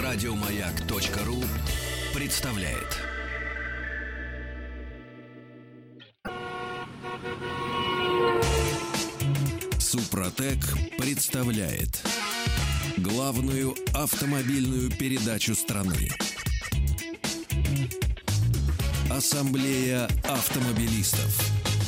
Радиомаяк.ру представляет. Супротек представляет главную автомобильную передачу страны. Ассамблея автомобилистов.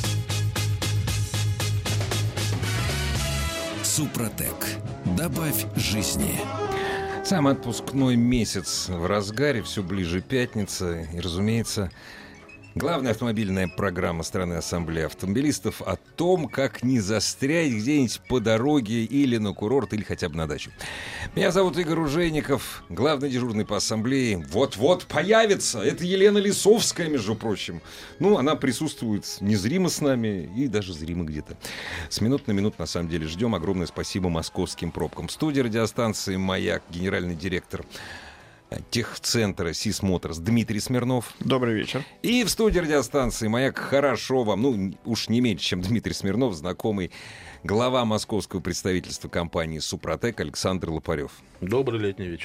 Супротек. Добавь жизни. Сам отпускной месяц в разгаре, все ближе пятница. И, разумеется, главная автомобильная программа страны Ассамблеи автомобилистов о том, как не застрять где-нибудь по дороге или на курорт, или хотя бы на дачу. Меня зовут Игорь Ужеников, главный дежурный по Ассамблее. Вот-вот появится. Это Елена Лисовская, между прочим. Ну, она присутствует незримо с нами и даже зримо где-то. С минут на минуту, на самом деле, ждем. Огромное спасибо московским пробкам. В студии радиостанции «Маяк» генеральный директор техцентра «СИС Моторс» Дмитрий Смирнов. Добрый вечер. И в студии радиостанции «Маяк» хорошо вам, ну, уж не меньше, чем Дмитрий Смирнов, знакомый глава московского представительства компании «Супротек» Александр Лопарев. Добрый летний вечер.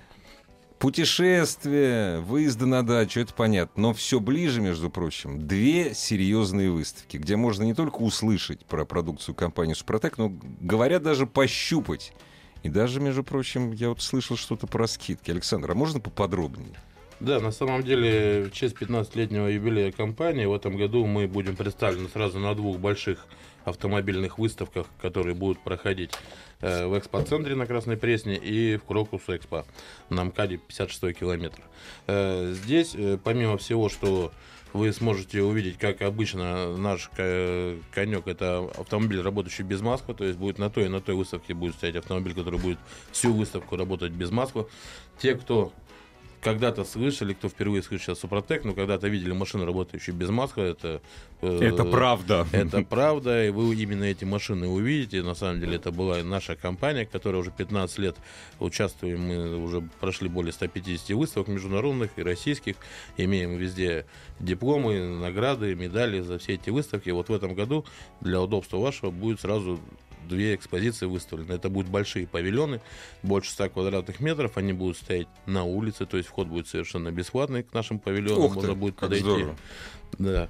Путешествия, выезды на дачу, это понятно. Но все ближе, между прочим, две серьезные выставки, где можно не только услышать про продукцию компании «Супротек», но, говорят, даже пощупать. И даже, между прочим, я вот слышал что-то про скидки. Александр, а можно поподробнее? Да, на самом деле, в честь 15-летнего юбилея компании в этом году мы будем представлены сразу на двух больших автомобильных выставках, которые будут проходить в экспоцентре на Красной Пресне и в Крокус Экспо на МКАДе 56-й километр. Здесь, помимо всего, что вы сможете увидеть, как обычно, наш конек — это автомобиль, работающий без масла, то есть будет на той и на той выставке будет стоять автомобиль, который будет всю выставку работать без масла. Те, кто когда-то слышали, кто впервые слышал Супротек, но когда-то видели машину, работающую без масла, это правда. Это правда, и вы именно эти машины увидите. На самом деле это была наша компания, которая уже 15 лет участвуем, мы уже прошли более 150 выставок международных и российских, имеем везде дипломы, награды, медали за все эти выставки. Вот в этом году для удобства вашего будет сразу две экспозиции выставлены. Это будут большие павильоны, больше 100 квадратных метров. Они будут стоять на улице, то есть вход будет совершенно бесплатный к нашим павильонам. Можно будет подойти. Здорово. Да.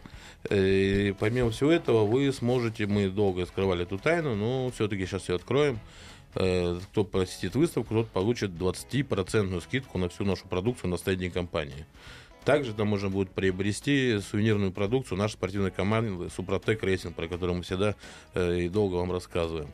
И помимо всего этого вы сможете, мы долго скрывали эту тайну, но все-таки сейчас ее откроем. Кто посетит выставку, тот получит 20% скидку на всю нашу продукцию на стенде компании. Также там можно будет приобрести сувенирную продукцию нашей спортивной команды «Супротек Рейсинг», про которую мы всегда и долго вам рассказываем.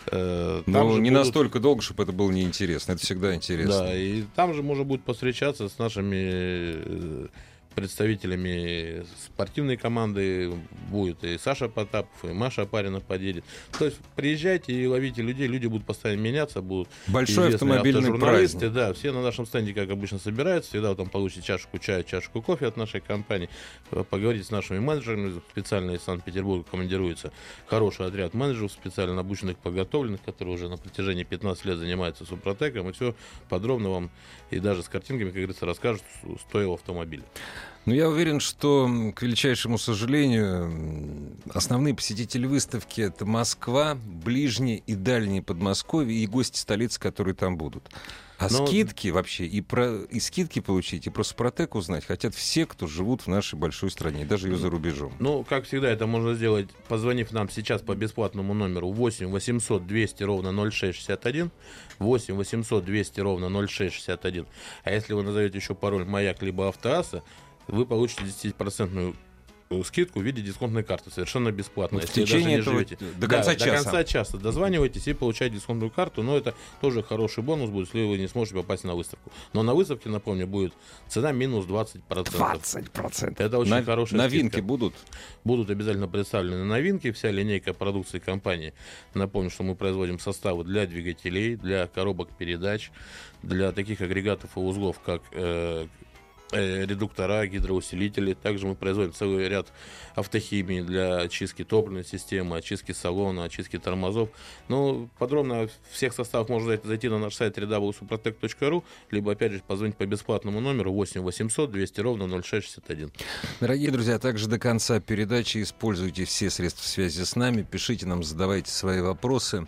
Но не настолько долго, чтобы это было неинтересно. Это всегда интересно. Да, и там же можно будет повстречаться с нашими представителями спортивной команды. Будет и Саша Потапов, и Маша Апарина подъедет. То есть приезжайте и ловите людей, люди будут постоянно меняться, будут большой автомобильный праздник. Да, все на нашем стенде, как обычно, собираются, всегда вы там получите чашку чая, чашку кофе от нашей компании, поговорите с нашими менеджерами, специально из Санкт-Петербурга командируется хороший отряд менеджеров, специально обученных, подготовленных, которые уже на протяжении 15 лет занимаются Супротеком, и все подробно вам и даже с картинками, как говорится, расскажут, стоил автомобиль. Но я уверен, что, к величайшему сожалению, основные посетители выставки — это Москва, ближние и дальние Подмосковье и гости столицы, которые там будут. А скидки вообще, и скидки получить, и про Супротек узнать хотят все, кто живут в нашей большой стране, даже ее за рубежом. Ну, как всегда, это можно сделать, позвонив нам сейчас по бесплатному номеру 8 800 200 ровно 0661, 8 800 200 ровно 0661. А если вы назовете еще пароль «Маяк» либо «Автоасса», вы получите 10% скидку в виде дисконтной карты, совершенно бесплатно. В течение этого, до конца часа. До конца часа дозванивайтесь и получаете дисконтную карту, но это тоже хороший бонус будет, если вы не сможете попасть на выставку. Но на выставке, напомню, будет цена минус 20%. 20%. Это очень хорошая новинки скидка. Будут? Будут обязательно представлены новинки, вся линейка продукции компании. Напомню, что мы производим составы для двигателей, для коробок передач, для таких агрегатов и узлов, как редуктора, гидроусилители. Также мы производим целый ряд автохимии для очистки топливной системы, очистки салона, очистки тормозов. Ну, подробно всех составов можно зайти на наш сайт www.suprotec.ru, либо, опять же, позвонить по бесплатному номеру 8 800 200 ровно 0661. Дорогие друзья, также до конца передачи используйте все средства связи с нами, пишите нам, задавайте свои вопросы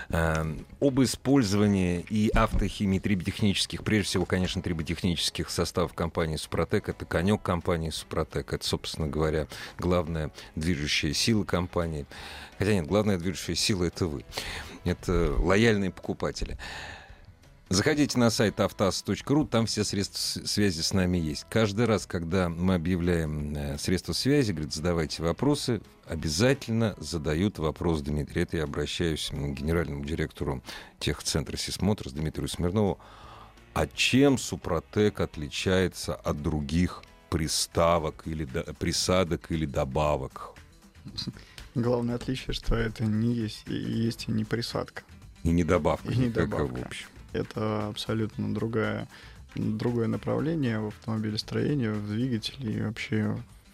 об использовании и автохимии триботехнических, прежде всего, конечно, триботехнических составов компании «Супротек». Это конек компании «Супротек». Это, собственно говоря, главная движущая сила компании. Хотя нет, главная движущая сила — это вы. Это лояльные покупатели. Заходите на сайт автоаз.ру, там все средства связи с нами есть. Каждый раз, когда мы объявляем средства связи, говорит, задавайте вопросы, обязательно задают вопрос Дмитрию. Это я обращаюсь к генеральному директору техцентра «Сисмоторс» Дмитрию Смирнову. А чем «Супротек» отличается от других приставок или присадок или добавок? Главное отличие, что это не есть и не присадка. И не добавка. И не добавка. В общем. Это абсолютно другое направление в автомобилестроении, в двигателе и вообще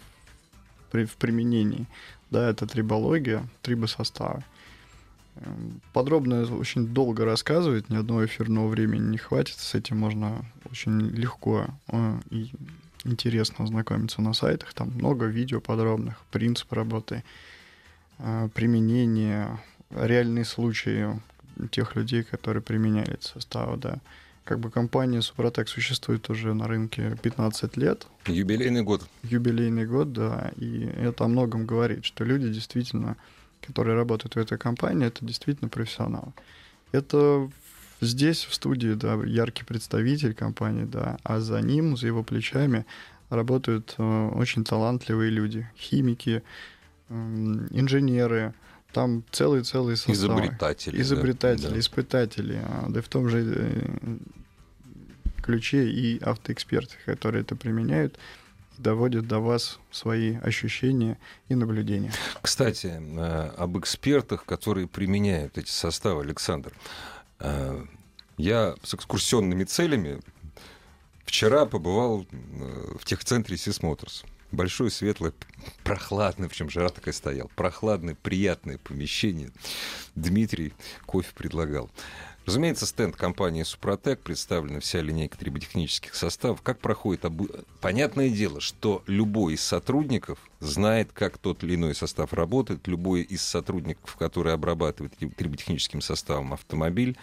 в применении. Да, это трибология, трибосоставы. Подробно очень долго рассказывать, ни одного эфирного времени не хватит. С этим можно очень легко и интересно ознакомиться на сайтах. Там много видео подробных, принцип работы, применение, реальные случаи тех людей, которые применяли эти составы. Да. Как бы компания «Супротек» существует уже на рынке 15 лет. Юбилейный год. Юбилейный год, да. И это о многом говорит, что люди действительно, которые работают в этой компании, это действительно профессионалы. Это здесь, в студии, да, яркий представитель компании, да, а за ним, за его плечами работают очень талантливые люди. Химики, инженеры, там целые составы. Изобретатели, да. Испытатели, да и в том же ключе и автоэксперты, которые это применяют, доводят до вас свои ощущения и наблюдения. Кстати, об экспертах, которые применяют эти составы, Александр. Я с экскурсионными целями вчера побывал в техцентре «Сисмоторс». Большое, светлое, прохладное, причем жара такая стояла, прохладное, приятное помещение. Дмитрий кофе предлагал. Разумеется, стенд компании «Супротек», представлена вся линейка триботехнических составов. Как проходит Понятное дело, что любой из сотрудников знает, как тот или иной состав работает. Любой из сотрудников, который обрабатывает триботехническим составом автомобиль,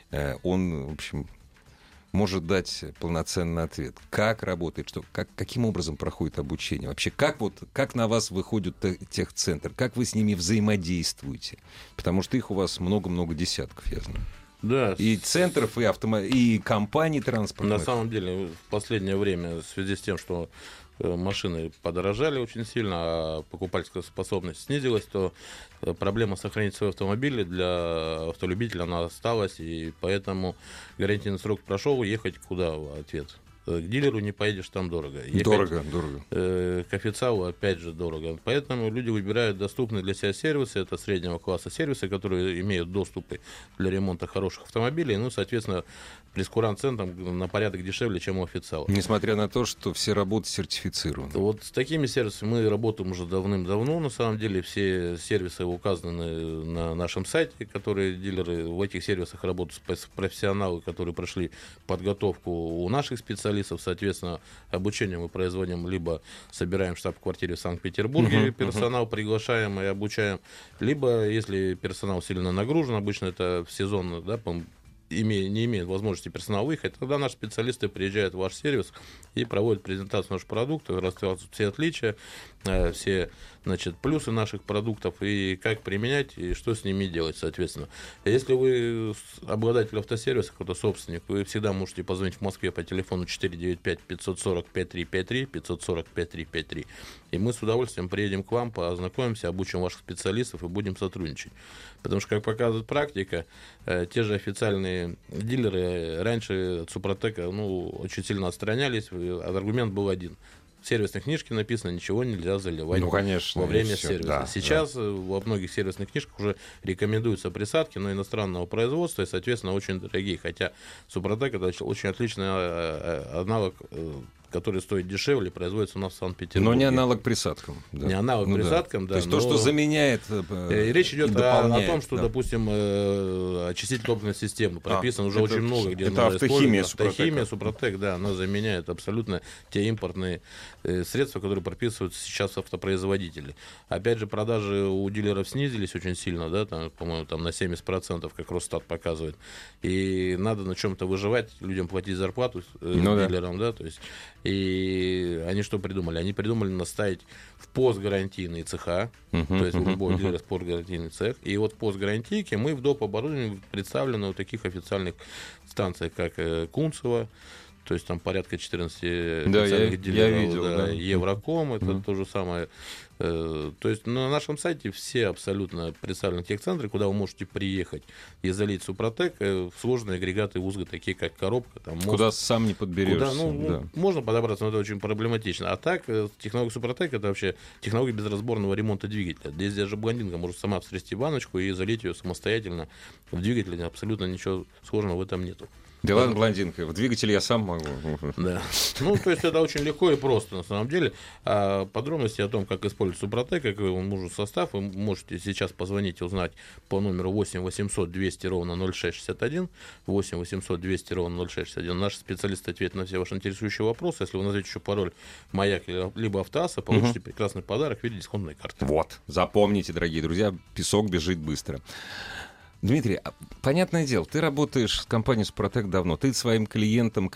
он, в общем, может дать полноценный ответ. Как работает, каким образом проходит обучение? Вообще, как на вас выходит техцентр? Как вы с ними взаимодействуете? Потому что их у вас много-много десятков, я знаю. Да. И центров, и компаний транспортных. На самом деле, в последнее время, в связи с тем, что машины подорожали очень сильно, а покупательская способность снизилась, то проблема сохранить свой автомобиль для автолюбителя, она осталась, и поэтому гарантийный срок прошел, ехать куда? Ответ. К дилеру не поедешь, там дорого. Дорого. К официалу, опять же, дорого. Поэтому люди выбирают доступные для себя сервисы. Это среднего класса сервисы, которые имеют доступы для ремонта хороших автомобилей. Ну, соответственно, прейскурант-цен там на порядок дешевле, чем у официала. Несмотря на то, что все работы сертифицированы. Вот с такими сервисами мы работаем уже давным-давно. На самом деле все сервисы указаны на нашем сайте, которые дилеры в этих сервисах работают профессионалы, которые прошли подготовку у наших специалистов. Соответственно, обучение мы производим, либо собираем в штаб-квартире в Санкт-Петербурге, персонал приглашаем и обучаем, либо, если персонал сильно нагружен, обычно это в сезон, да, не имеет возможности персонал выехать, тогда наши специалисты приезжают в ваш сервис и проводят презентацию наших продуктов, рассказывают все отличия, все, значит, плюсы наших продуктов и как применять, и что с ними делать, соответственно. Если вы обладатель автосервиса, кто-то собственник, вы всегда можете позвонить в Москве по телефону 495-540-5353, 540-5353, и мы с удовольствием приедем к вам, познакомимся, обучим ваших специалистов и будем сотрудничать. Потому что, как показывает практика, те же официальные дилеры раньше от Супротека очень сильно отстранялись, аргумент был один. В сервисной книжке написано, ничего нельзя заливать во время сервиса. Да, сейчас во многих сервисных книжках уже рекомендуются присадки, но иностранного производства, и, соответственно, очень дорогие. Хотя Супротек — это очень отличный аналог который стоит дешевле, производится у нас в Санкт-Петербурге. Но не аналог присадкам. Да. Не аналог присадкам, да. То есть то, что заменяет и речь идет о том, что, да. допустим, очиститель топливной системы прописан уже очень много, где это автохимия, автохимия, Супротек, да, она заменяет абсолютно те импортные средства, которые прописываются сейчас автопроизводители. Опять же, продажи у дилеров снизились очень сильно, да, там, по-моему, там на 70%, как Росстат показывает. И надо на чем-то выживать, людям платить зарплату дилерам, да, то есть. И они что придумали? Они придумали наставить в постгарантийные цеха, то есть у любого дилера постгарантийный цех. И вот в постгарантийке мы в доп. Оборудовании представлены у таких официальных станций, как Кунцево, то есть там порядка 14 официальных дилеров, я видел, да. Евроком, это то же самое. То есть на нашем сайте все абсолютно представлены техцентры, куда вы можете приехать и залить Супротек в сложные агрегаты узкие, такие как коробка, там, мост. Куда сам не подберешься. Куда, можно подобраться, но это очень проблематично. А так, технология Супротек — это вообще технология безразборного ремонта двигателя. Здесь даже блондинка может сама встрясти баночку и залить ее самостоятельно в двигателе. Абсолютно ничего сложного в этом нету. Да ладно, блондинка, в двигателе я сам могу. Да. Ну, то есть это очень легко и просто, на самом деле. А подробности о том, как использовать Супротек, какой он нужен состав, вы можете сейчас позвонить и узнать по номеру 8 800 200 ровно 0661, 8 800 200 ровно 0661. Наш специалист ответит на все ваши интересующие вопросы. Если вы назовете еще пароль «Маяк» либо «Автоасса», получите прекрасный подарок в виде дисконтной карты. Вот, запомните, дорогие друзья, песок бежит быстро. Дмитрий, понятное дело, ты работаешь с компанией «Супротек» давно. Ты своим клиентам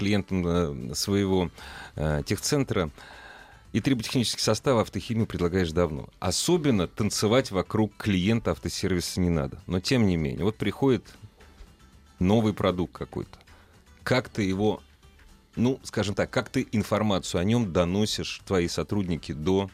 своего техцентра и триботехнический состав автохимии предлагаешь давно. Особенно танцевать вокруг клиента автосервиса не надо. Но тем не менее, вот приходит новый продукт какой-то. Как ты его, скажем так, как ты информацию о нем доносишь, твои сотрудники, до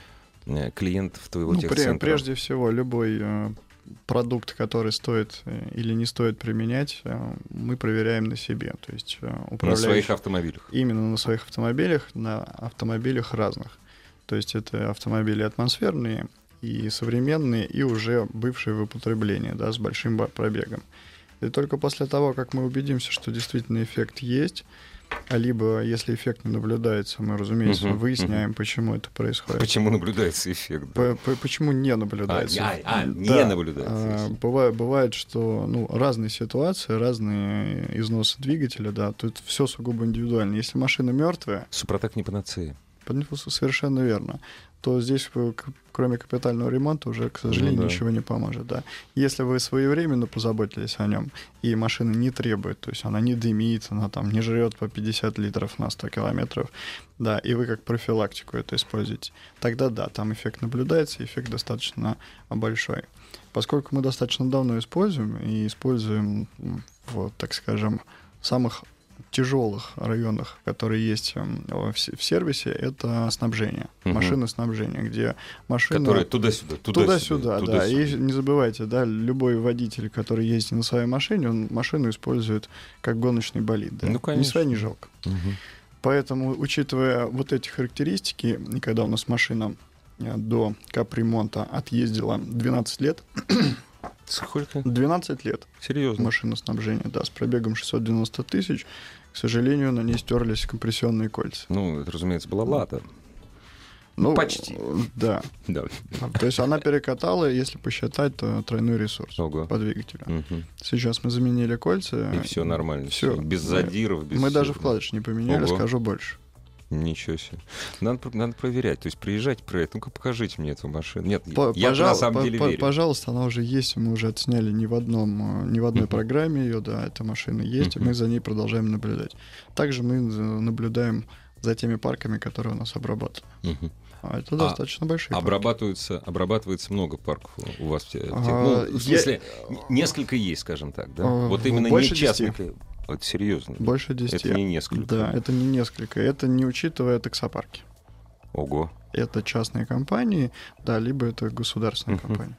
клиентов твоего техцентра? Прежде всего, любой продукт, который стоит или не стоит применять, мы проверяем на себе. То есть на своих автомобилях? Именно на своих автомобилях, на автомобилях разных. То есть это автомобили атмосферные и современные, и уже бывшие в употреблении, да, с большим пробегом. И только после того, как мы убедимся, что действительно эффект есть, либо, если эффект не наблюдается, мы, разумеется, выясняем, почему это происходит. Почему наблюдается эффект? Почему не наблюдается? Не наблюдается. Бывает, что разные ситуации, разные износы двигателя, да, тут все сугубо индивидуально. Если машина мертвая... Супротек не панацея. Совершенно верно. То здесь, кроме капитального ремонта, уже, к сожалению, ничего не поможет. Да. Если вы своевременно позаботились о нем, и машина не требует, то есть она не дымит, она там не жрет по 50 литров на 100 километров, да, и вы как профилактику это используете, тогда да, там эффект наблюдается, эффект достаточно большой. Поскольку мы достаточно давно используем в, так скажем, самых тяжелых районах, которые есть в сервисе, это снабжение, машины снабжения, где машина... Которые туда-сюда, да. И не забывайте, да, любой водитель, который ездит на своей машине, он машину использует как гоночный болид. Да? Ни своя, ни жалко. Поэтому, учитывая вот эти характеристики, когда у нас машина до капремонта отъездила 12 лет... Сколько? 12 лет. Серьезно? Машиноснабжения, да, с пробегом 690 тысяч. К сожалению, на ней стерлись компрессионные кольца. Это, разумеется, была «Лада». Почти. Да. То есть она перекатала, если посчитать, то тройной ресурс по двигателю. Сейчас мы заменили кольца. И все нормально. Все. Без задиров. Мы даже вкладыш не поменяли, скажу больше. Ничего себе. Надо проверять. То есть приезжать, проверять. Ну-ка, покажите мне эту машину. Нет, я на самом деле верю. Пожалуйста, она уже есть. Мы уже отсняли ни в одной программе ее. Да, эта машина есть, и мы за ней продолжаем наблюдать. Также мы наблюдаем за теми парками, которые у нас обрабатывают. Это достаточно большие парки. Обрабатывается много парков у вас? В смысле, несколько есть, скажем так, да? Вот именно не частные. Это серьезно? Больше 10. Это не несколько. Да, это не несколько. Это не учитывая таксопарки. Ого. Это частные компании, да, либо это государственные компании.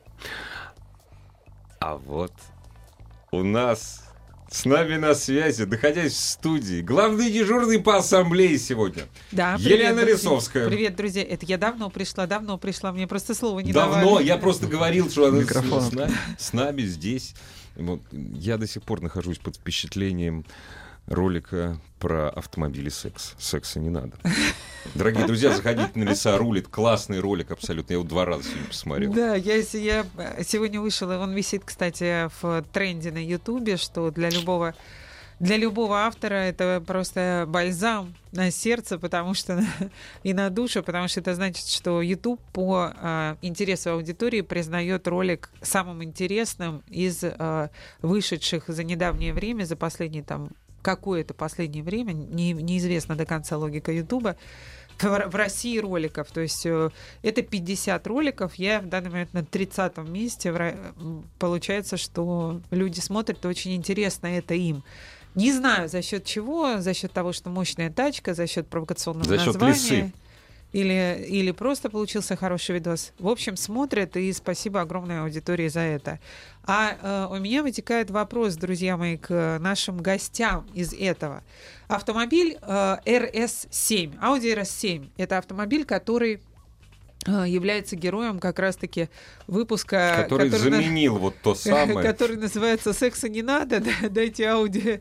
А вот у нас с нами на связи, находясь в студии, главный дежурный по ассамблее сегодня. Да, Елена Лисовская. Привет, друзья. Это я давно пришла, мне просто слова не давали. Давно, я просто говорил, что она с нами здесь. Вот, я до сих пор нахожусь под впечатлением ролика про автомобили секс. Секса не надо. Дорогие друзья, заходите на «Лиса рулит». Классный ролик абсолютно. Я его 2 раза сегодня посмотрел. Да, я сегодня вышел, и он висит, кстати, в тренде на Ютубе, что для любого автора это просто бальзам на сердце, потому что и на душу, потому что это значит, что YouTube по интересу аудитории признает ролик самым интересным из вышедших за недавнее время, за последние какое-то последнее время, неизвестна до конца логика Ютуба, в России роликов. То есть это 50 роликов, я в данный момент на 30-м месте. Получается, что люди смотрят, очень интересно это им. Не знаю, за счет чего, за счет того, что мощная тачка, за счет провокационного названия. Лисы. Или просто получился хороший видос. В общем, смотрят, и спасибо огромной аудитории за это. У меня вытекает вопрос, друзья мои, к нашим гостям из этого. Автомобиль RS7, Audi RS7, это автомобиль, который является героем как раз-таки выпуска... Который заменил вот то самое. Который называется «Секса не надо, дайте Audi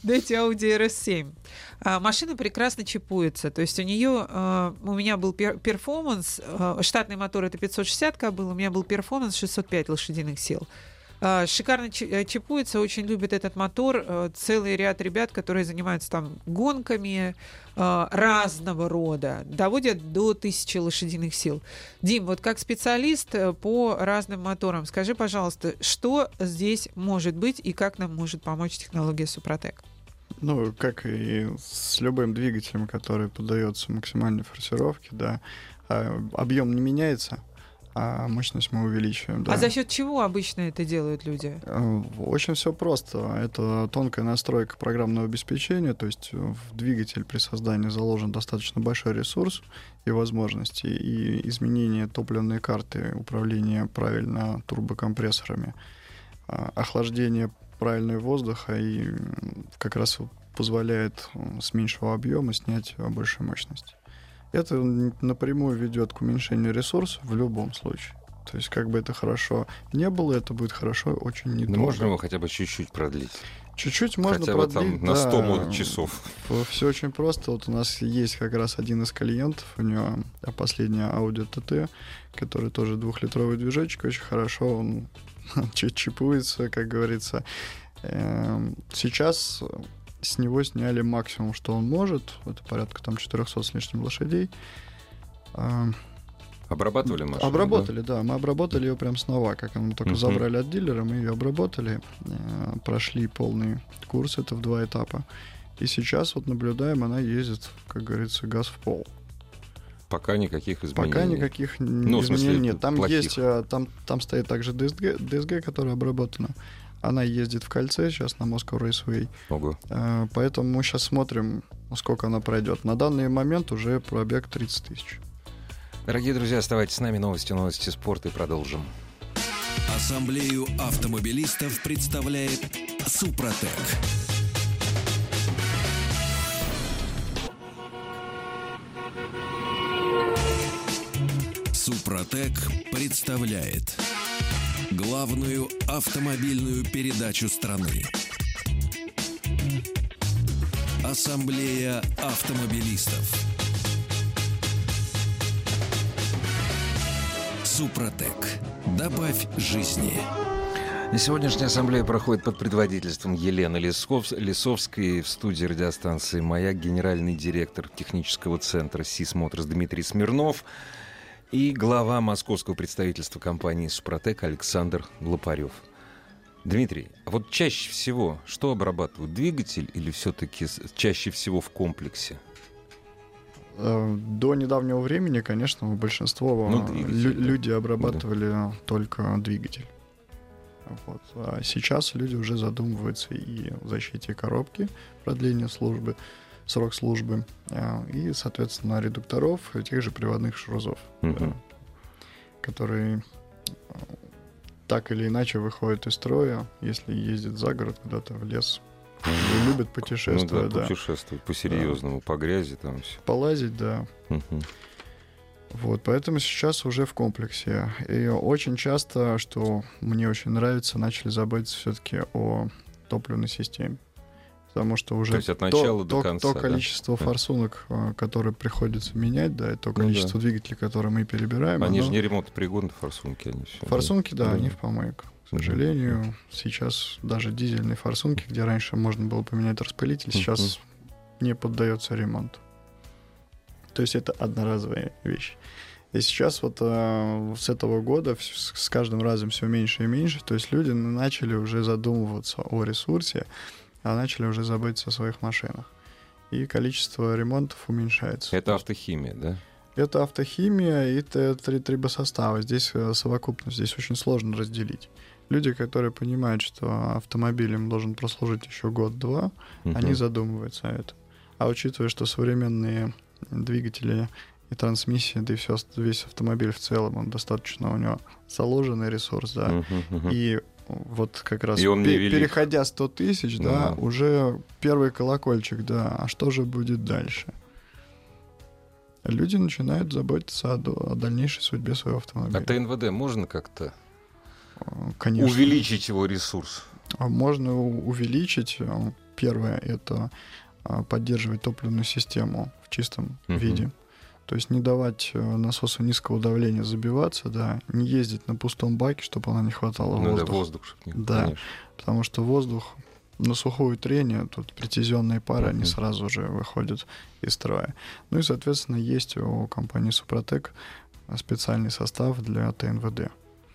RS7». Машина прекрасно чипуется. То есть у меня был перформанс, штатный мотор это 560 был, у меня был перформанс 605 лошадиных сил. Шикарно чипуется, очень любит этот мотор. Целый ряд ребят, которые занимаются там гонками разного рода, доводят до 1000 лошадиных сил. Дим, вот как специалист по разным моторам, скажи, пожалуйста, что здесь может быть и как нам может помочь технология Супротек? Ну, как и с любым двигателем, который поддается максимальной форсировке, да, объем не меняется, а мощность мы увеличиваем. Да. А за счет чего обычно это делают люди? Очень все просто. Это тонкая настройка программного обеспечения, то есть в двигатель при создании заложен достаточно большой ресурс и возможности, и изменение топливной карты, управление правильно турбокомпрессорами, охлаждение правильного воздуха и как раз позволяет с меньшего объема снять большую мощность. Это напрямую ведет к уменьшению ресурсов в любом случае. То есть, как бы это хорошо не было, это будет хорошо очень недолго. Но можно его хотя бы чуть-чуть продлить? Чуть-чуть можно хотя продлить, бы там на 100 часов. Все очень просто. Вот у нас есть как раз один из клиентов, у него последняя Audi TT, который тоже 2-литровый движочек, очень хорошо он чипуется, как говорится. Сейчас с него сняли максимум, что он может. Это порядка 400 с лишним лошадей. Обрабатывали машину? Обработали, да. Мы обработали ее прям снова. Как мы только забрали от дилера, мы ее обработали. Прошли полный курс, это в 2 этапа. И сейчас вот наблюдаем, она ездит, как говорится, газ в пол. Пока никаких изменений. Пока никаких изменений нет. Там есть, там стоит также DSG, которая обработана. Она ездит в кольце сейчас на Moscow Raceway. Ого. Поэтому мы сейчас смотрим, сколько она пройдет. На данный момент уже пробег 30 тысяч. Дорогие друзья, оставайтесь с нами. Новости спорта и продолжим. Ассамблею автомобилистов представляет Супротек. Супротек представляет главную автомобильную передачу страны. Ассамблея автомобилистов. Супротек. Добавь жизни. И сегодняшняя ассамблея проходит под предводительством Елены Лисовской. В студии радиостанции «Маяк» генеральный директор технического центра «СИС Моторс» Дмитрий Смирнов и глава московского представительства компании «Супротек» Александр Лопарев. Дмитрий, а вот чаще всего что обрабатывают? Двигатель или все-таки чаще всего в комплексе? До недавнего времени, конечно, большинство люди обрабатывали только двигатель. Вот. А сейчас люди уже задумываются и о защите коробки, продлении службы, срок службы, и, соответственно, редукторов и тех же приводных шлюзов, которые так или иначе выходят из строя, если ездит за город, куда-то в лес. Любят путешествовать, путешествовать по-серьезному, по грязи там все. Полазить, да. Вот, поэтому сейчас уже в комплексе. И очень часто, что мне очень нравится, начали заботиться все-таки о топливной системе. Потому что уже То есть от начала до конца, то количество форсунок, которые приходится менять, да, и то количество двигателей, которые мы перебираем. Они же не ремонтопригодны, форсунки. Они все, форсунки, да, они в помойку. К сожалению, сейчас даже дизельные форсунки, где раньше можно было поменять распылитель, сейчас не поддается ремонту. То есть это одноразовая вещь. И сейчас вот с этого года с каждым разом все меньше и меньше. То есть люди начали уже задумываться о ресурсе, а начали уже заботиться о своих машинах. И количество ремонтов уменьшается. Это автохимия, да? Это автохимия и трибосоставы. Здесь совокупность, здесь очень сложно разделить. Люди, которые понимают, что автомобиль им должен прослужить еще год-два, они задумываются о этом. А учитывая, что современные двигатели и трансмиссии, да и весь автомобиль в целом, он достаточно у него заложенный ресурс, да, и вот как раз переходя 100 тысяч, да, уже первый колокольчик, да, а что же будет дальше? Люди начинают заботиться о дальнейшей судьбе своего автомобиля. А ТНВД можно как-то увеличить его ресурс? Можно увеличить. Первое — это поддерживать топливную систему в чистом виде. То есть не давать насосу низкого давления забиваться, да, не ездить на пустом баке, чтобы она не хватала воздуха. Да, воздух, чтобы не... Да, конечно. потому что воздух на сухое трение, тут притязенные пары, они сразу же выходят из строя. Ну и, соответственно, есть у компании Супротек специальный состав для ТНВД.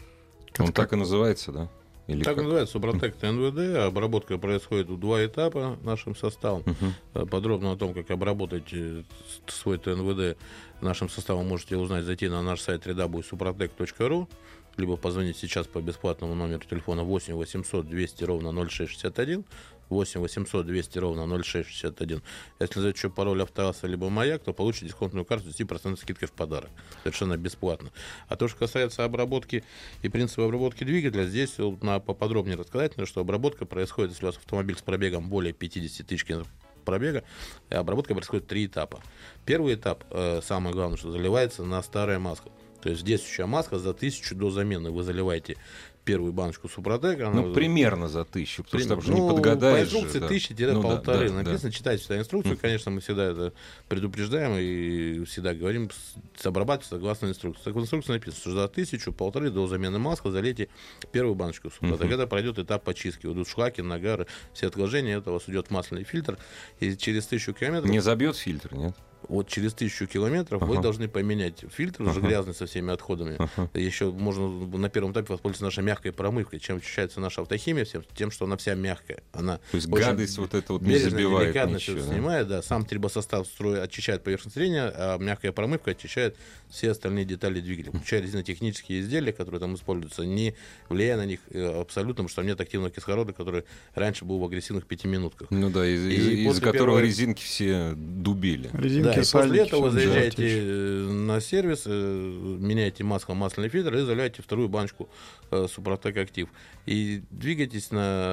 Он так и называется, да? Или так как? называется Супротек ТНВД. Обработка происходит в 2 этапа нашим составом. Подробно о том, как обработать свой ТНВД нашим составом, можете узнать, зайти на наш сайт www.suprotec.ru, либо позвонить сейчас по бесплатному номеру телефона 8 800 200 ровно 0661, 8 800 200 ровно 0661. Если назовете еще пароль «Автоасса» либо «Маяк», то получите дисконтную карту с 10% скидкой в подарок. Совершенно бесплатно. А то, что касается обработки и принципа обработки двигателя, здесь надо поподробнее рассказать, что обработка происходит, если у вас автомобиль с пробегом более 50 тысяч километров пробега, обработка происходит в 3 этапа. Первый этап, самое главное, что заливается на старое масло. То есть действующая маска за 1000 до замены вы заливаете первую баночку Супротека. Ну, примерно за 1000, потому что там же не подгадаешь. По инструкции 1000-1,5. Написано, читайте всегда инструкцию. Конечно, мы всегда это предупреждаем и всегда говорим, обрабатывать согласно инструкции. Так в инструкции написано, что за 1000-1,5 до замены масла залейте первую баночку Супротека. Когда пройдет этап почистки, уйдут шлаки, нагары, все отложения, это у вас идет масляный фильтр. И через 1000 километров... Не забьет фильтр, нет? Вот через 1000 километров вы должны поменять фильтр, уже грязный со всеми отходами. Еще можно на первом этапе воспользоваться нашей мягкой промывкой. Чем отличается наша автохимия? Тем, что она вся мягкая. Она то есть гадость вот это вот не забивает ничего, снимает, да. Сам трибосостав очищает поверхность трения, а мягкая промывка очищает все остальные детали двигателя. Включая резинотехнические изделия, которые там используются, не влияя на них абсолютно, потому что там нет активного кислорода, который раньше был в агрессивных 5-минутках. Ну да, из-за которого резинки все дубили. Да, и после этого вы заезжаете на сервис, меняете масло, масляный фильтр и заливаете вторую баночку Супротек Актив. И двигаетесь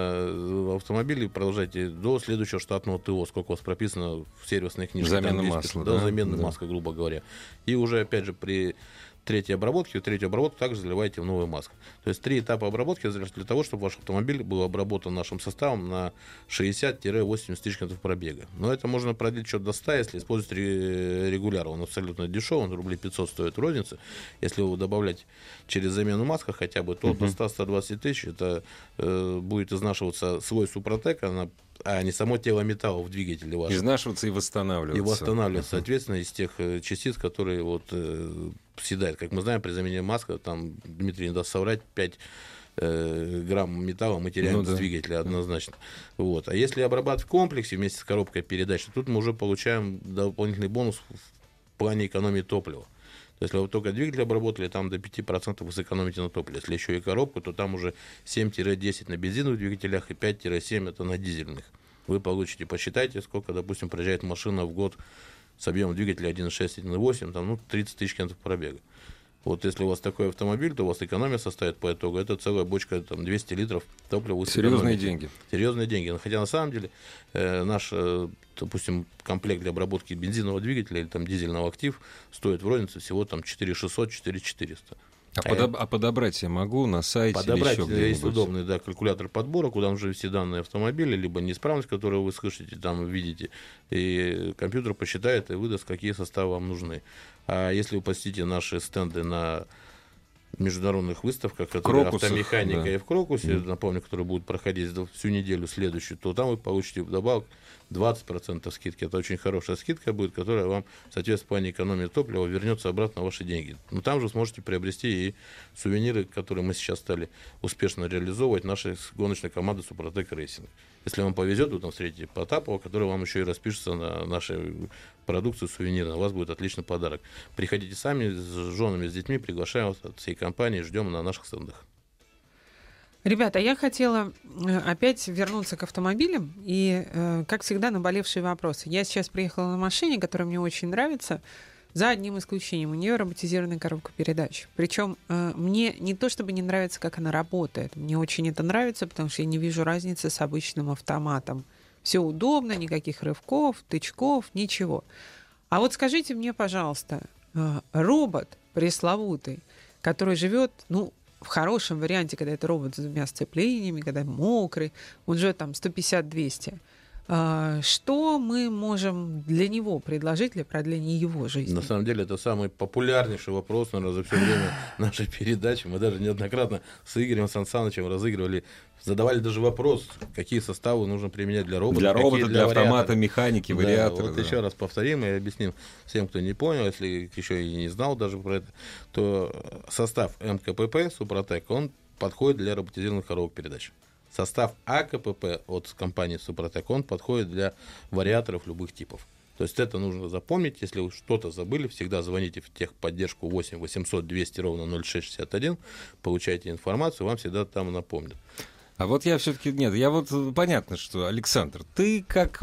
на автомобиле, продолжаете до следующего штатного ТО, сколько у вас прописано в сервисной книжке. Замена масла. Да, замена масла, грубо говоря. И уже, опять же, при третью обработку также заливаете в новое масло. То есть 3 этапа обработки для того, чтобы ваш автомобиль был обработан нашим составом на 60-80 тысяч километров пробега. Но это можно продлить еще до 100, если использовать регулярно. Он абсолютно дешевый, он рублей 500 стоит в рознице. Если его добавлять через замену масла хотя бы, то до 100-120 тысяч это будет изнашиваться свой Супротек, а не само тело металла в двигателе вашем. Изнашиваться и восстанавливаться. И восстанавливаться, соответственно, из тех частиц, которые съедают. Как мы знаем, при замене маска, там, Дмитрий не даст соврать, 5 грамм металла мы теряем с двигателя однозначно. Вот. А если обрабатывать в комплексе вместе с коробкой передач, то тут мы уже получаем дополнительный бонус в плане экономии топлива. То есть, если вы только двигатель обработали, там до 5% вы сэкономите на топливе. Если еще и коробку, то там уже 7-10 на бензиновых двигателях и 5-7 это на дизельных. Вы получите, посчитайте, сколько, допустим, проезжает машина в год с объемом двигателя 1.6, 1.8, там, 30 тысяч километров пробега. Вот если у вас такой автомобиль, то у вас экономия составит по итогу. Это целая бочка, там, 200 литров топлива. Серьезные деньги. Серьезные деньги. Хотя на самом деле наш, допустим, комплект для обработки бензинового двигателя или там дизельного Актив стоит в рознице всего там 4600-4400. А подобрать я могу на сайте Подобрать, или еще где-нибудь? есть удобный калькулятор подбора, куда нужно ввести данные автомобиля, либо неисправность, которую вы слышите, там видите, и компьютер посчитает и выдаст, какие составы вам нужны. А если вы посетите наши стенды на международных выставках, которые автомеханика, да, и в Крокусе, напомню, которые будут проходить всю неделю следующую, то там вы получите вдобавок 20% скидки. Это очень хорошая скидка будет, которая вам, соответственно, в плане экономии топлива вернется обратно ваши деньги. Но там же сможете приобрести и сувениры, которые мы сейчас стали успешно реализовывать, нашей гоночной команды Супротек Рейсинг. Если вам повезет, вы там встретите Потапова, который вам еще и распишется на нашей продукции сувенирной. У вас будет отличный подарок. Приходите сами с женами, с детьми, приглашаем вас от всей компании, ждем на наших стендах. Ребята, я хотела опять вернуться к автомобилям и, как всегда, наболевшие вопросы. Я сейчас приехала на машине, которая мне очень нравится, за одним исключением. У нее роботизированная коробка передач. Причем мне не то чтобы не нравится, как она работает. Мне очень это нравится, потому что я не вижу разницы с обычным автоматом. Все удобно, никаких рывков, тычков, ничего. А вот скажите мне, пожалуйста, робот пресловутый, который живет, в хорошем варианте, когда это робот с двумя сцеплениями, когда мокрый, он живет там 150-200. Что мы можем для него предложить для продления его жизни? На самом деле, это самый популярнейший вопрос, наверное, за все время нашей передачи. Мы даже неоднократно с Игорем Сансановичем разыгрывали, задавали даже вопрос, какие составы нужно применять для робота. Для робота, для автомата, механики, вариатора. Вот еще раз повторим и объясним всем, кто не понял, если еще и не знал даже про это, то состав МКПП Супротек, он подходит для роботизированных коробок передач. Состав АКПП от компании Супротек, он подходит для вариаторов любых типов. То есть это нужно запомнить. Если вы что-то забыли, всегда звоните в техподдержку 8 800 200 ровно 0661, получайте информацию, вам всегда там напомнят. А вот я все-таки... Нет, я вот... Понятно, что, Александр, ты как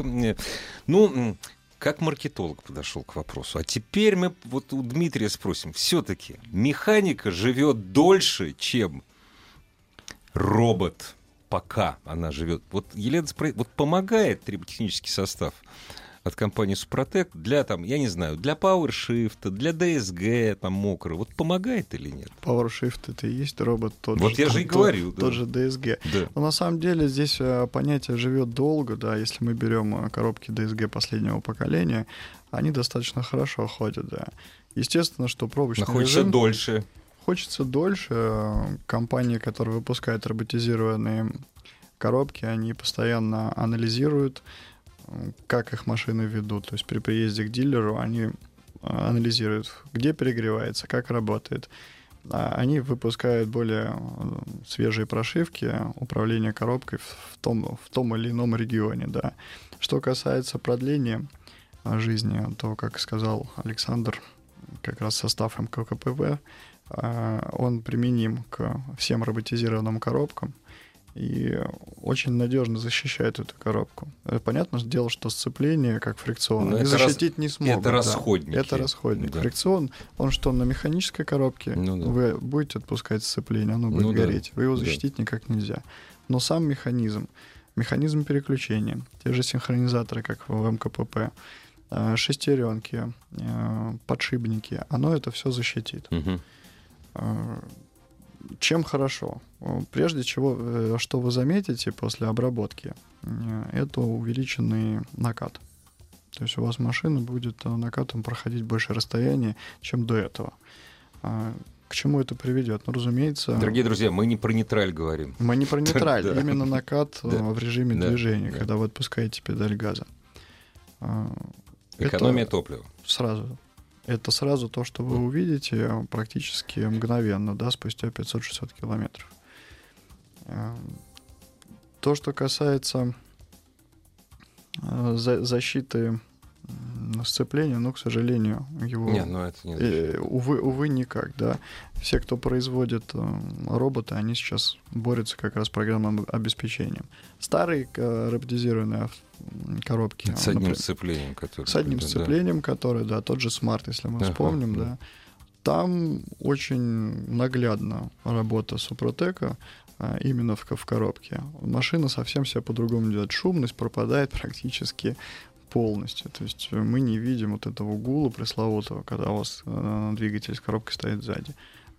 маркетолог подошел к вопросу. А теперь мы вот у Дмитрия спросим. Все-таки механика живет дольше, чем робот, пока она живет. Вот Елена спрашивает, вот помогает триботехнический состав от компании Супротек для, я не знаю, для PowerShift, для DSG, мокрый, вот помогает или нет? PowerShift — это и есть робот тот вот же. Я же и говорю. Тот же DSG. Да. Но на самом деле здесь понятие живет долго, да, если мы берем коробки DSG последнего поколения, они достаточно хорошо ходят, да. Естественно, что пробочный режим... дольше. Хочется дольше. Компании, которые выпускают роботизированные коробки, они постоянно анализируют, как их машины ведут. То есть при приезде к дилеру они анализируют, где перегревается, как работает. Они выпускают более свежие прошивки управления коробкой в том или ином регионе. Да. Что касается продления жизни, то, как сказал Александр, как раз состав МКПП, он применим к всем роботизированным коробкам и очень надежно защищает эту коробку. Понятное дело, что сцепление, как фрикцион, они защитить не смогут. Это расходники. Это расходник. Да. Фрикцион, он что, на механической коробке? Вы будете отпускать сцепление, оно будет гореть. Вы его защитить никак нельзя. Но сам механизм переключения, те же синхронизаторы, как в МКПП, шестеренки, подшипники, оно это все защитит. Чем хорошо? Прежде всего, что вы заметите после обработки, это увеличенный накат. То есть у вас машина будет накатом проходить больше расстояния, чем до этого. К чему это приведет? Разумеется... Дорогие друзья, мы не про нейтраль говорим. Мы не про нейтраль, именно накат в режиме движения, когда вы отпускаете педаль газа. Экономия топлива. Это сразу то, что вы увидите практически мгновенно, да, спустя 560 километров. То, что касается защиты сцепления, к сожалению, его... это не увы, никак, да. Все, кто производит роботы, они сейчас борются как раз с программным обеспечением. Старые роботизированные коробки... С одним сцеплением, который... С одним сцеплением, который, да, тот же Smart, если мы вспомним, да. Там очень наглядно работа Супротека именно в коробке. Машина совсем себя по-другому делает. Шумность пропадает практически полностью. То есть мы не видим вот этого гула пресловутого, когда у вас двигатель с коробкой стоит сзади.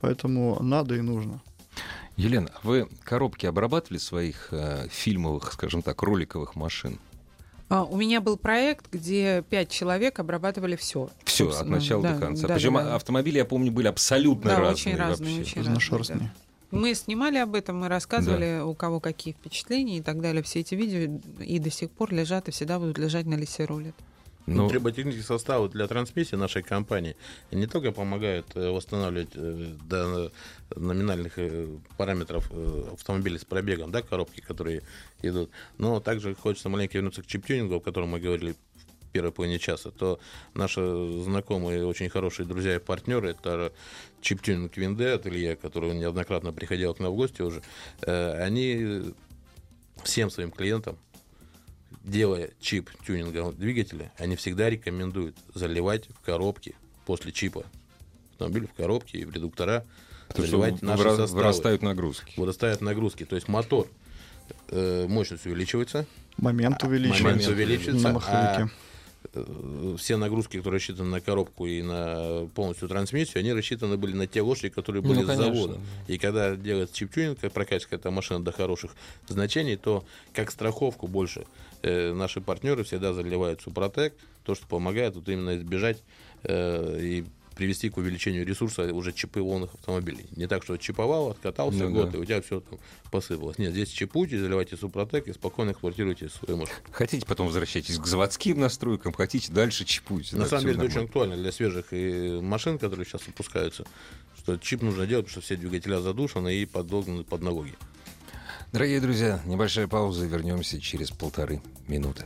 Поэтому надо и нужно. Елена, вы коробки обрабатывали своих фильмовых, скажем так, роликовых машин? У меня был проект, где 5 человек обрабатывали все. Все, от начала до конца. Причем автомобили, я помню, были абсолютно разные. Очень разные, вообще. очень разные. Да. Мы снимали об этом, мы рассказывали, у кого какие впечатления и так далее. Все эти видео и до сих пор лежат, и всегда будут лежать на листе рулет. Триботехнические составы для трансмиссии нашей компании не только помогают восстанавливать до номинальных параметров автомобиля с пробегом, да, коробки, которые идут, но также хочется маленько вернуться к чип-тюнингу, о котором мы говорили в первой половине часа. То наши знакомые, очень хорошие друзья и партнеры, это чип-тюнинг Винде от Илья, который неоднократно приходил к нам в гости уже, они всем своим клиентам, делая чип тюнинга двигателя, они всегда рекомендуют заливать в коробки после чипа автомобиля, в коробки и в редуктора, заливать наши составы. Вырастают нагрузки. Вырастают нагрузки. То есть мотор, мощность увеличивается. Момент увеличивается. На маховике. Все нагрузки, которые рассчитаны на коробку и на полностью трансмиссию, они рассчитаны были на те лошади, которые были с завода. И когда делается чип-тюнинг, прокачка эта машина до хороших значений, то как страховку больше наши партнеры всегда заливают Супротек, то, что помогает вот именно избежать и привести к увеличению ресурса уже чипованных автомобилей. Не так, что чиповал, откатался год, и у тебя все там посыпалось. Нет, здесь чипуйте, заливайте Супротек и спокойно эксплуатируйте свою машину. Хотите, потом возвращайтесь к заводским настройкам, хотите, дальше чипуйте. На самом деле, это очень актуально для свежих машин, которые сейчас выпускаются, что чип нужно делать, потому что все двигателя задушены и подогнаны под налоги. Дорогие друзья, небольшая пауза, вернемся через 1,5 минуты.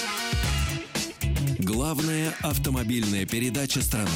Главная автомобильная передача страны.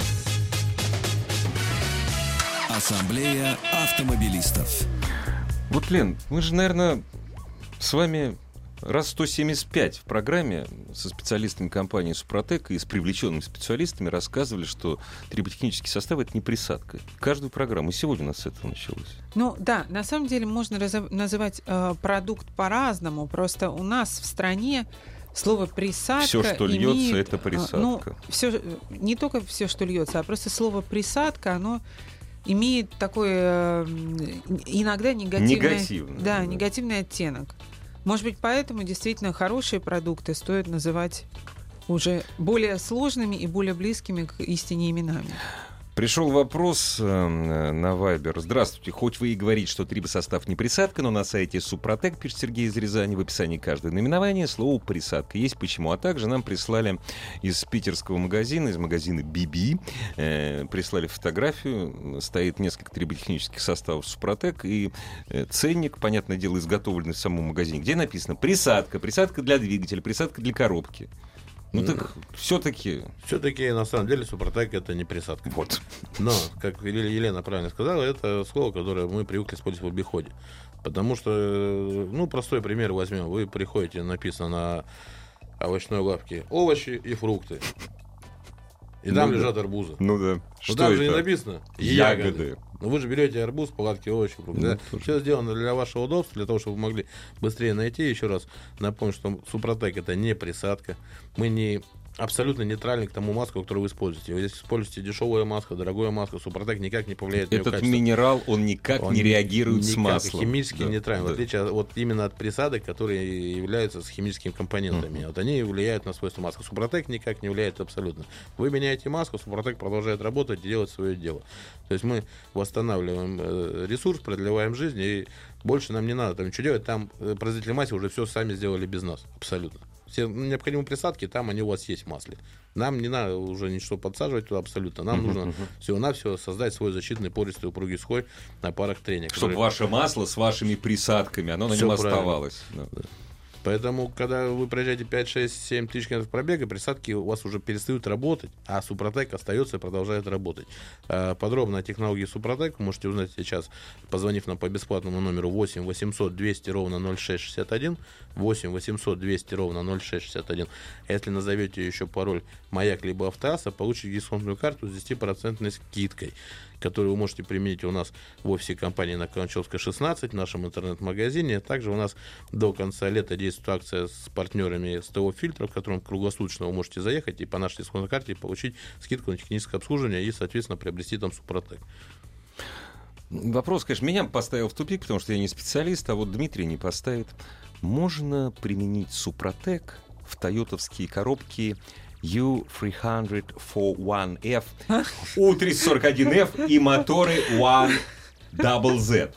Ассамблея автомобилистов. Вот, Лен, мы же, наверное, с вами раз 175 в программе со специалистами компании «Супротек» и с привлеченными специалистами рассказывали, что триботехнический состав — это не присадка. Каждую программу. И сегодня у нас с этого началось. Ну да, на самом деле можно называть продукт по-разному. Просто у нас в стране слово «присадка» все, что имеет, льется, это присадка. Все, не только все, что льется, а просто слово «присадка», оно имеет такой иногда негативный оттенок. Может быть, поэтому действительно хорошие продукты стоит называть уже более сложными и более близкими к истине именами. Пришел вопрос на Вайбер. Здравствуйте. Хоть вы и говорите, что трибосостав не присадка, но на сайте Супротек, пишет Сергей из Рязани, в описании каждого наименования слово «присадка». Есть почему. А также нам прислали из питерского магазина, из магазина BB, прислали фотографию. Стоит несколько триботехнических составов Супротек и ценник, понятное дело, изготовленный в самом магазине, где написано «присадка», «присадка для двигателя», «присадка для коробки». Ну так все-таки... Все-таки, на самом деле, Супротек — это не присадка. Вот. Но, как Елена правильно сказала, это слово, которое мы привыкли использовать в обиходе. Потому что, простой пример возьмем. Вы приходите, написано на овощной лавке овощи и фрукты. И там лежат арбузы. Ну да. Но что там это? же не написано ягоды. Но вы же берете арбуз, палатки, овощи, фрукты. Да? Все сделано для вашего удобства, для того, чтобы вы могли быстрее найти. Еще раз напомню, что Супротек — это не присадка. Мы не абсолютно нейтральны к тому маску, которую вы используете. Вы здесь используете дешевая маска, дорогая маска. Супротек никак не повлияет на ее Этот качество. Минерал, он никак не реагирует с маслом. Химически нейтрален, в отличие от именно от присадок, которые являются с химическими компонентами. Вот они влияют на свойства маски. Супротек никак не влияет абсолютно. Вы меняете маску, Супротек продолжает работать и делать свое дело. То есть мы восстанавливаем ресурс, продлеваем жизнь, и больше нам не надо там ничего делать. Там производители масел уже все сами сделали без нас. Абсолютно. Все необходимые присадки, там они у вас есть в масле. Нам не надо уже ничего подсаживать туда абсолютно. Нам нужно всего-навсего создать свой защитный пористый упругий слой на парах трения. Чтобы ваше масло с вашими присадками, оно на нем оставалось. Да. Поэтому, когда вы проезжаете 5, 6, 7 тысяч километров пробега, присадки у вас уже перестают работать, а Супротек остается и продолжает работать. Подробно о технологии Супротек вы можете узнать сейчас, позвонив нам по бесплатному номеру 8 800 200 ровно 0661, 8 800 200 ровно 0661. Если назовете еще пароль «Маяк» либо «Автоасса», получите дисконтную карту с 10% скидкой, которую вы можете применить у нас в офисе компании на Каланчевской, 16, в нашем интернет-магазине. Также у нас до конца лета действует акция с партнерами СТО «Фильтров», в котором круглосуточно вы можете заехать и по нашей дисконтной карте получить скидку на техническое обслуживание и, соответственно, приобрести там Супротек. Вопрос, конечно, меня поставил в тупик, потому что я не специалист, а вот Дмитрий не поставит. Можно применить Супротек в тойотовские коробки U300-41F, U341F и моторы One Double Z.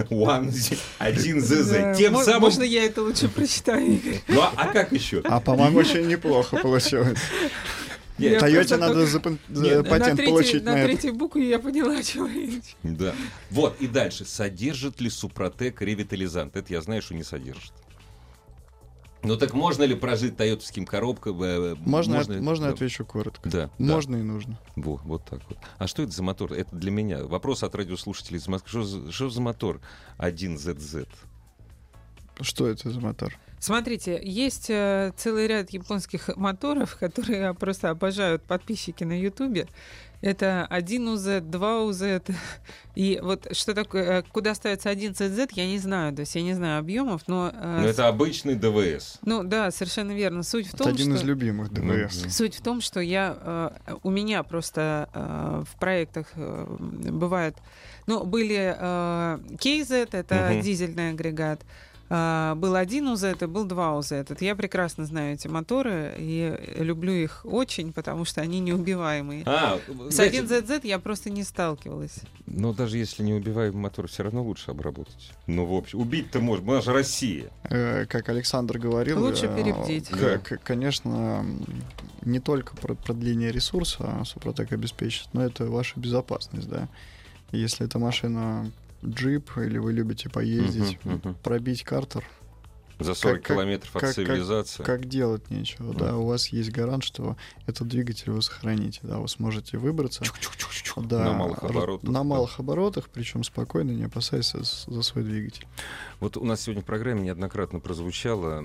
1ZZ. Тем самым... Можно я это лучше прочитаю, Игорь? Ну, а как еще? А, по-моему, очень неплохо получилось. Я Тойоте просто надо патент получить на на это. третьей букве я поняла, о чем речь. Да. Вот, и дальше. Содержит ли Супротек ревитализант? Это я знаю, что не содержит. Ну так можно ли прожить тойотовским коробкам? Можно да. отвечу коротко. Да. Можно и нужно. Вот так вот. А что это за мотор? Это для меня. Вопрос от радиослушателей из Москвы. Что за мотор 1ZZ? Что это за мотор? Смотрите, есть целый ряд японских моторов, которые просто обожают подписчики на Ютубе. Это 1UZ, 2UZ. И вот что такое, куда ставится 1ZZ, я не знаю. То есть я не знаю объемов, но... Но это обычный ДВС. Ну да, совершенно верно. Суть в Это том, один что... из любимых ДВС. Суть в том, что у меня просто в проектах бывает... Ну, были KZ, это дизельный агрегат. Был 1UZ и был 2UZ. Я прекрасно знаю эти моторы и люблю их очень, потому что они неубиваемые. С 1ZZ я просто не сталкивалась. Но даже если неубиваемый мотор, все равно лучше обработать. Ну, в общем, убить-то можно. У нас же Россия. Как Александр говорил... Лучше перебдеть. Конечно, не только продление ресурса Супротек обеспечит, но это ваша безопасность, да. Если эта машина... джип, или вы любите поездить, пробить картер. За 40 километров от цивилизации. Как делать нечего, да. У вас есть гарант, что этот двигатель вы сохраните, да, вы сможете выбраться. Да, на малых оборотах. На малых оборотах, причем спокойно, не опасаясь за свой двигатель. Вот у нас сегодня в программе неоднократно прозвучало,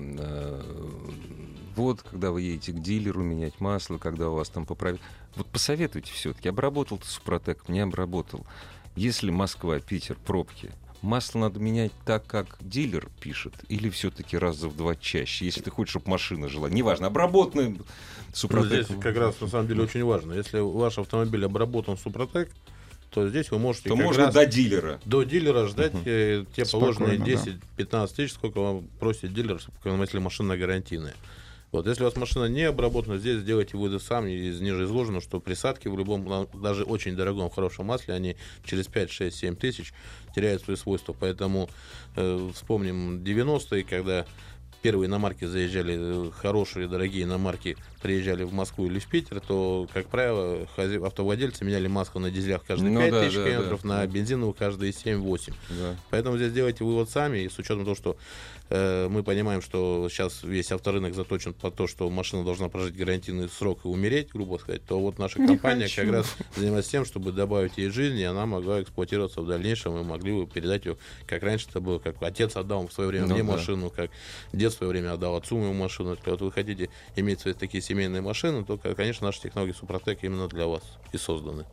вот, когда вы едете к дилеру менять масло, когда у вас там поправят. Вот посоветуйте все-таки, обработал ты Супротек, не обработал. Если Москва, Питер, пробки, масло надо менять так, как дилер пишет, или все-таки раза в 2 чаще, если ты хочешь, чтобы машина жила. Неважно, обработанный Супротек. Здесь как раз на самом деле очень важно. Если ваш автомобиль обработан Супротек, то здесь вы можете то можно до дилера. До дилера ждать те положенные Спокойно, 10-15 тысяч, сколько вам просит дилер, если машина гарантийная. Вот, если у вас машина не обработана, здесь сделайте выводы сами из ниже изложенного, что присадки в любом, даже очень дорогом, хорошем масле, они через 5, 6, 7 тысяч теряют свои свойства. Поэтому вспомним 90-е, когда первые иномарки заезжали, хорошие, дорогие иномарки приезжали в Москву или в Питер, то, как правило, автовладельцы меняли масло на дизелях каждые 5 тысяч километров, на бензиновых каждые 7-8. Да. Поэтому здесь делайте вывод сами, и с учетом того, что мы понимаем, что сейчас весь авторынок заточен под то, что машина должна прожить гарантийный срок и умереть, грубо сказать, то вот наша компания как раз занимается тем, чтобы добавить ей жизни, и она могла эксплуатироваться в дальнейшем, и могли бы передать ее, как раньше это было, как отец отдал в свое время мне машину, как дед в свое время отдал отцу мою машину. Если вот вы хотите иметь свои такие семейные машины, то, конечно, наши технологии Супротек именно для вас и созданы.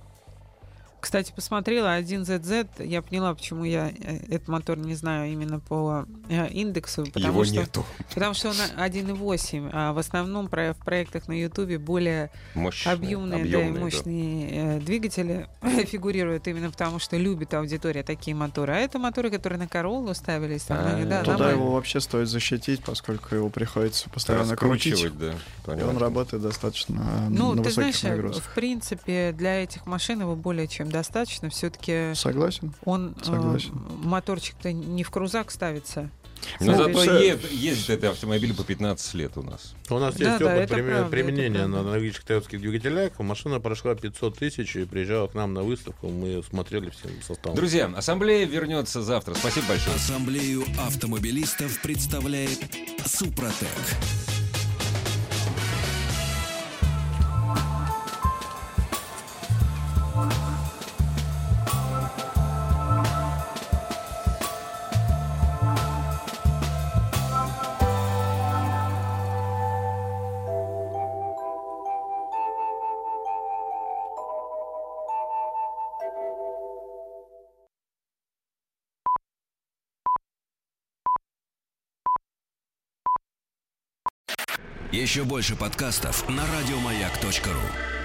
Кстати, посмотрела 1ZZ, я поняла, почему я этот мотор не знаю именно по индексу. Его нету. Потому что он 1.8, а в основном в проектах на Ютубе более объемные и мощные двигатели фигурируют именно потому, что любит аудитория такие моторы. А это моторы, которые на Короллу ставились. Туда его вообще стоит защитить, поскольку его приходится постоянно крутить. И он работает достаточно на высоких нагрузках. В принципе, для этих машин его более чем достаточно. Все-таки согласен. Моторчик-то не в крузак ставится. Но зато ездит этот автомобиль по 15 лет у нас. У нас есть опыт применения на аналогичных тойотских двигателях. Машина прошла 500 тысяч и приезжала к нам на выставку. Мы смотрели всем составом. Друзья, ассамблея вернется завтра. Спасибо большое. Ассамблею автомобилистов представляет Супротек. Еще больше подкастов на радиомаяк.ру.